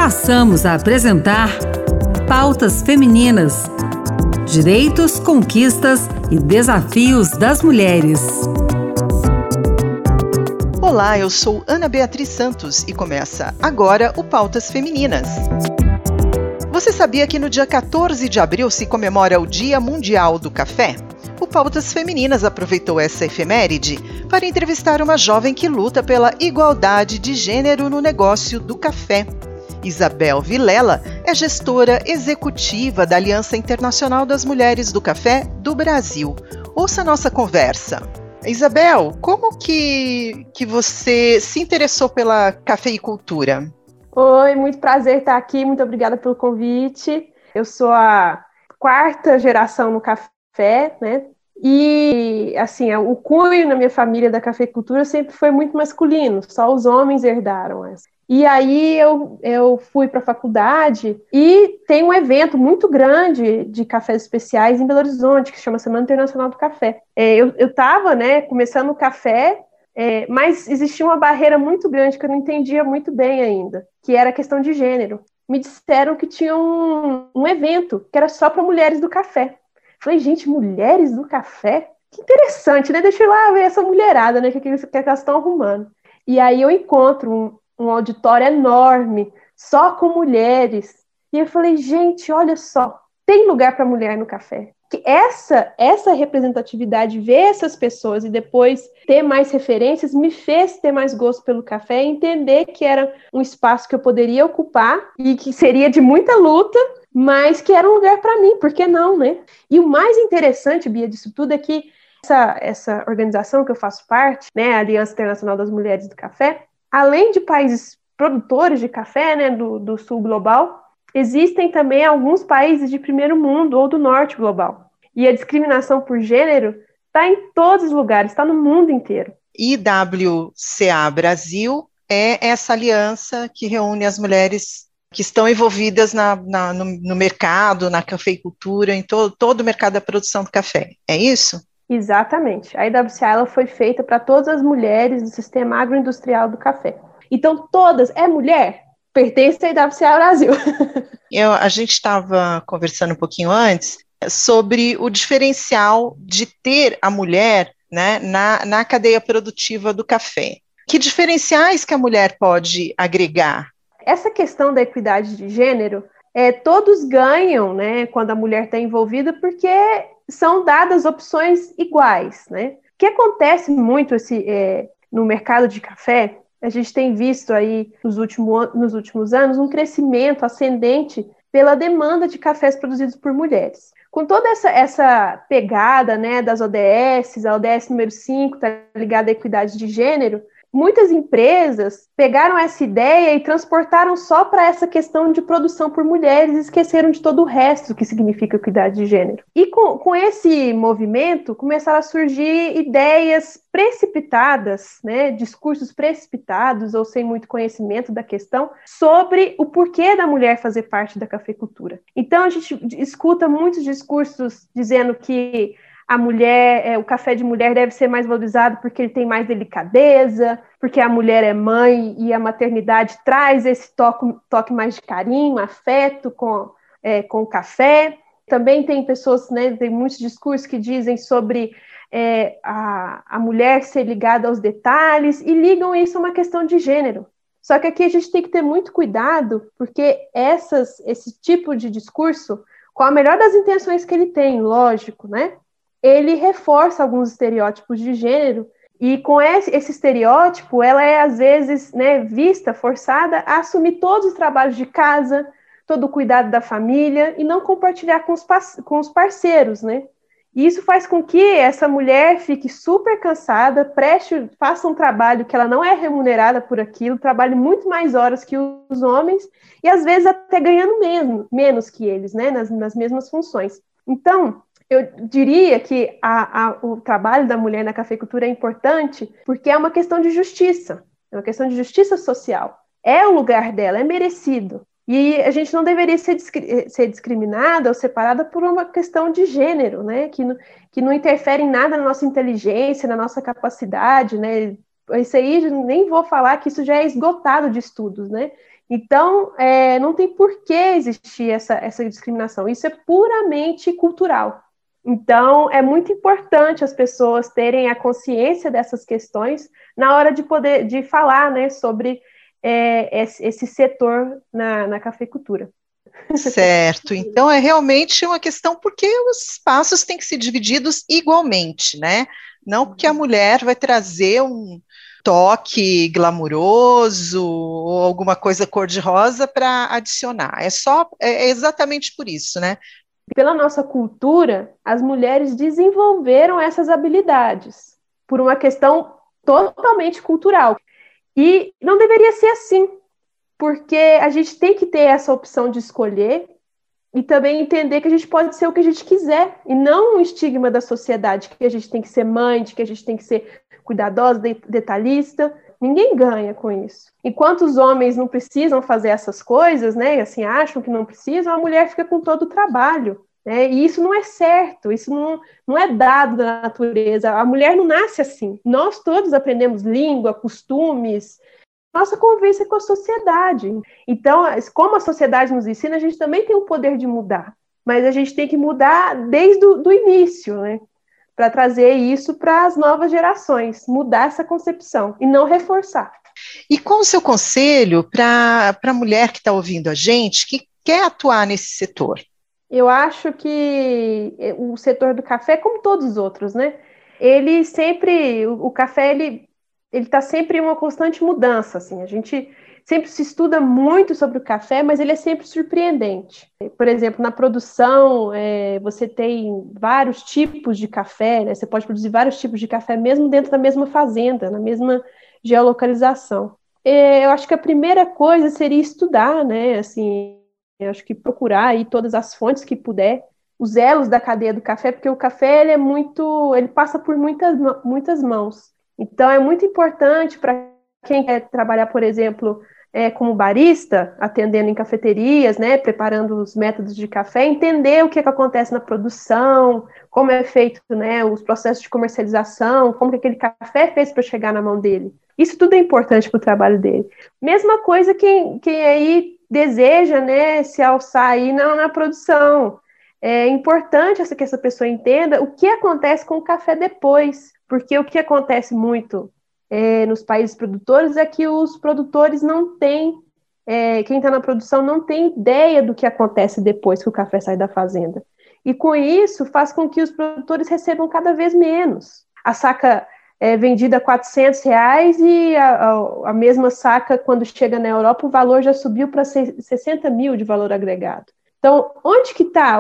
Passamos a apresentar Pautas Femininas: Direitos, Conquistas e Desafios das Mulheres. Olá, eu sou Ana Beatriz Santos e começa agora o Pautas Femininas. Você sabia que no dia 14 de abril se comemora o Dia Mundial do Café? O Pautas Femininas aproveitou essa efeméride para entrevistar uma jovem que luta pela igualdade de gênero no negócio do café. Isabel Vilela é gestora executiva da Aliança Internacional das Mulheres do Café do Brasil. Ouça a nossa conversa. Isabel, como que você se interessou pela cafeicultura? Oi, muito prazer estar aqui, muito obrigada pelo convite. Eu sou a quarta geração no café, né? E, assim, o cunho na minha família da cafeicultura sempre foi muito masculino, só os homens herdaram essa. E aí eu fui para a faculdade e tem um evento muito grande de cafés especiais em Belo Horizonte, que se chama Semana Internacional do Café. Eu estava, começando o café, mas existia uma barreira muito grande que eu não entendia muito bem ainda, que era a questão de gênero. Me disseram que tinha um evento que era só para mulheres do café. Falei, gente, mulheres do café? Que interessante, né? Deixa eu ir lá ver essa mulherada, né? Que elas estão arrumando. E aí eu encontro um auditório enorme, só com mulheres. E eu falei, gente, olha só, tem lugar para mulher no café. Que essa representatividade, ver essas pessoas e depois ter mais referências, me fez ter mais gosto pelo café e entender que era um espaço que eu poderia ocupar e que seria de muita luta, mas que era um lugar para mim, por que não, né? E o mais interessante, Bia, disso tudo é que essa organização que eu faço parte, né, a Aliança Internacional das Mulheres do Café, além de países produtores de café, né, do sul global, existem também alguns países de primeiro mundo ou do norte global. E a discriminação por gênero está em todos os lugares, está no mundo inteiro. IWCA Brasil é essa aliança que reúne as mulheres que estão envolvidas no mercado, na cafeicultura, em todo o mercado da produção do café. É isso? Exatamente. A IWCA ela foi feita para todas as mulheres do sistema agroindustrial do café. Então, todas, mulher? Pertence à IWCA Brasil. A gente estava conversando um pouquinho antes sobre o diferencial de ter a mulher, né, na cadeia produtiva do café. Que diferenciais que a mulher pode agregar? Essa questão da equidade de gênero, todos ganham, né, quando a mulher está envolvida, porque são dadas opções iguais, né? O que acontece muito no mercado de café, a gente tem visto aí nos últimos anos um crescimento ascendente pela demanda de cafés produzidos por mulheres. Com toda essa pegada, né, das ODS, a ODS número 5 está ligada à equidade de gênero, muitas empresas pegaram essa ideia e transportaram só para essa questão de produção por mulheres e esqueceram de todo o resto que significa equidade de gênero. E com esse movimento começaram a surgir ideias precipitadas, né, discursos precipitados ou sem muito conhecimento da questão sobre o porquê da mulher fazer parte da cafeicultura. Então a gente escuta muitos discursos dizendo que a mulher, o café de mulher deve ser mais valorizado porque ele tem mais delicadeza, porque a mulher é mãe e a maternidade traz esse toque mais de carinho, afeto com o café. Também tem pessoas, né, tem muitos discursos que dizem sobre a mulher ser ligada aos detalhes e ligam isso a uma questão de gênero. Só que aqui a gente tem que ter muito cuidado, porque esse tipo de discurso, com a melhor das intenções que ele tem, lógico, né? Ele reforça alguns estereótipos de gênero e com esse estereótipo ela é às vezes, né, vista, forçada a assumir todos os trabalhos de casa, todo o cuidado da família e não compartilhar com os parceiros, né? E isso faz com que essa mulher fique super cansada, faça um trabalho que ela não é remunerada por aquilo, trabalhe muito mais horas que os homens e às vezes até ganhando menos que eles, né, nas mesmas funções. Então, eu diria que o trabalho da mulher na cafeicultura é importante porque é uma questão de justiça, é uma questão de justiça social. É o lugar dela, é merecido. E a gente não deveria ser discriminada ou separada por uma questão de gênero, né? Que não interfere em nada na nossa inteligência, na nossa capacidade, né? Isso aí, nem vou falar que isso já é esgotado de estudos, né? Então, não tem por que existir essa discriminação. Isso é puramente cultural. Então, é muito importante as pessoas terem a consciência dessas questões na hora de falar, né, sobre esse setor na cafeicultura. Certo, então é realmente uma questão porque os espaços têm que ser divididos igualmente, né? Não porque a mulher vai trazer um toque glamuroso ou alguma coisa cor-de-rosa para adicionar. É exatamente por isso, né? Pela nossa cultura, as mulheres desenvolveram essas habilidades por uma questão totalmente cultural. E não deveria ser assim, porque a gente tem que ter essa opção de escolher e também entender que a gente pode ser o que a gente quiser, e não um estigma da sociedade, que a gente tem que ser mãe, que a gente tem que ser cuidadosa, detalhista. Ninguém ganha com isso. Enquanto os homens não precisam fazer essas coisas, né, assim, acham que não precisam, a mulher fica com todo o trabalho, né, e isso não é certo, isso não é dado da natureza. A mulher não nasce assim. Nós todos aprendemos língua, costumes, nossa convivência com a sociedade. Então, como a sociedade nos ensina, a gente também tem o poder de mudar, mas a gente tem que mudar desde o início, né? Para trazer isso para as novas gerações, mudar essa concepção e não reforçar. E qual o seu conselho para a mulher que está ouvindo a gente, que quer atuar nesse setor? Eu acho que o setor do café, como todos os outros, né? Ele sempre, o café, ele está sempre em uma constante mudança, assim. A gente sempre se estuda muito sobre o café, mas ele é sempre surpreendente. Por exemplo, na produção, você tem vários tipos de café, né? Você pode produzir vários tipos de café mesmo dentro da mesma fazenda, na mesma geolocalização. Eu acho que a primeira coisa seria estudar, né? Assim, eu acho que procurar aí todas as fontes que puder, os elos da cadeia do café, porque o café ele passa por muitas mãos. Então, é muito importante para quem quer trabalhar, por exemplo, como barista, atendendo em cafeterias, né, preparando os métodos de café, entender o que acontece na produção, como é feito, né, os processos de comercialização, como que aquele café fez para chegar na mão dele. Isso tudo é importante para o trabalho dele. Mesma coisa quem aí deseja, né, se alçar aí na produção. É importante que essa pessoa entenda o que acontece com o café depois, porque o que acontece muito nos países produtores é que os produtores não têm, quem está na produção não tem ideia do que acontece depois que o café sai da fazenda. E com isso faz com que os produtores recebam cada vez menos. A saca é vendida a R$400 e a mesma saca, quando chega na Europa, o valor já subiu para 60 mil de valor agregado. Então, onde que está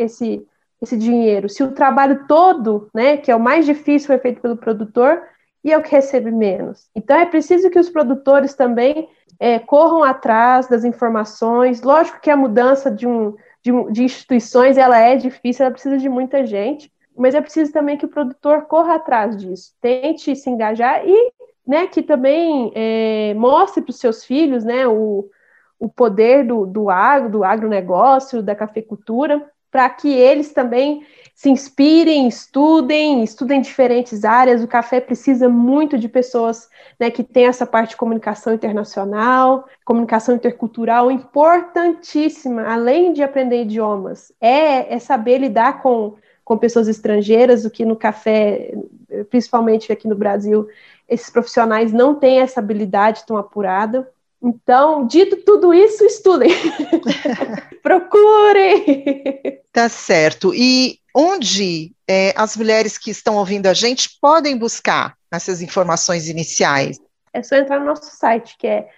esse dinheiro? Se o trabalho todo, né, que é o mais difícil, foi feito pelo produtor, e é o que recebe menos. Então, é preciso que os produtores também corram atrás das informações. Lógico que a mudança de instituições, ela é difícil, ela precisa de muita gente, mas é preciso também que o produtor corra atrás disso, tente se engajar e, né, que também mostre para os seus filhos, né, o poder do agronegócio, da cafeicultura, para que eles também se inspirem, estudem diferentes áreas. O café precisa muito de pessoas, né, que têm essa parte de comunicação internacional, comunicação intercultural, importantíssima, além de aprender idiomas, é saber lidar com pessoas estrangeiras, o que no café, principalmente aqui no Brasil, esses profissionais não têm essa habilidade tão apurada. Então, dito tudo isso, estudem. Procurem. Tá certo. E onde as mulheres que estão ouvindo a gente podem buscar essas informações iniciais? É só entrar no nosso site, que é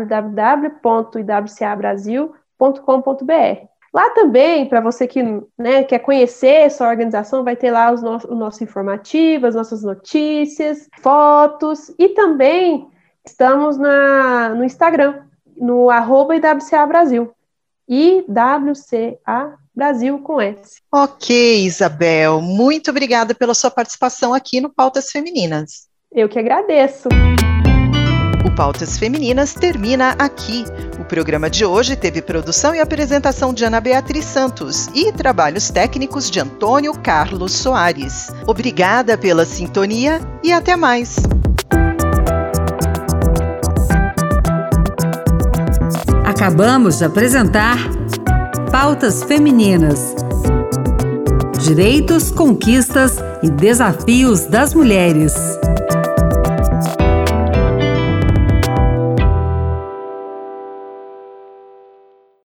www.iwcabrasil.com.br. Lá também, para você que, né, quer conhecer essa organização, vai ter lá o nosso informativo, as nossas notícias, fotos, e também estamos no Instagram, no @IWCABrasil. IWCA Brasil com S. Ok, Isabel, muito obrigada pela sua participação aqui no Pautas Femininas. Eu que agradeço. O Pautas Femininas termina aqui. O programa de hoje teve produção e apresentação de Ana Beatriz Santos e trabalhos técnicos de Antônio Carlos Soares. Obrigada pela sintonia e até mais. Acabamos de apresentar Pautas Femininas. Direitos, conquistas e desafios das mulheres.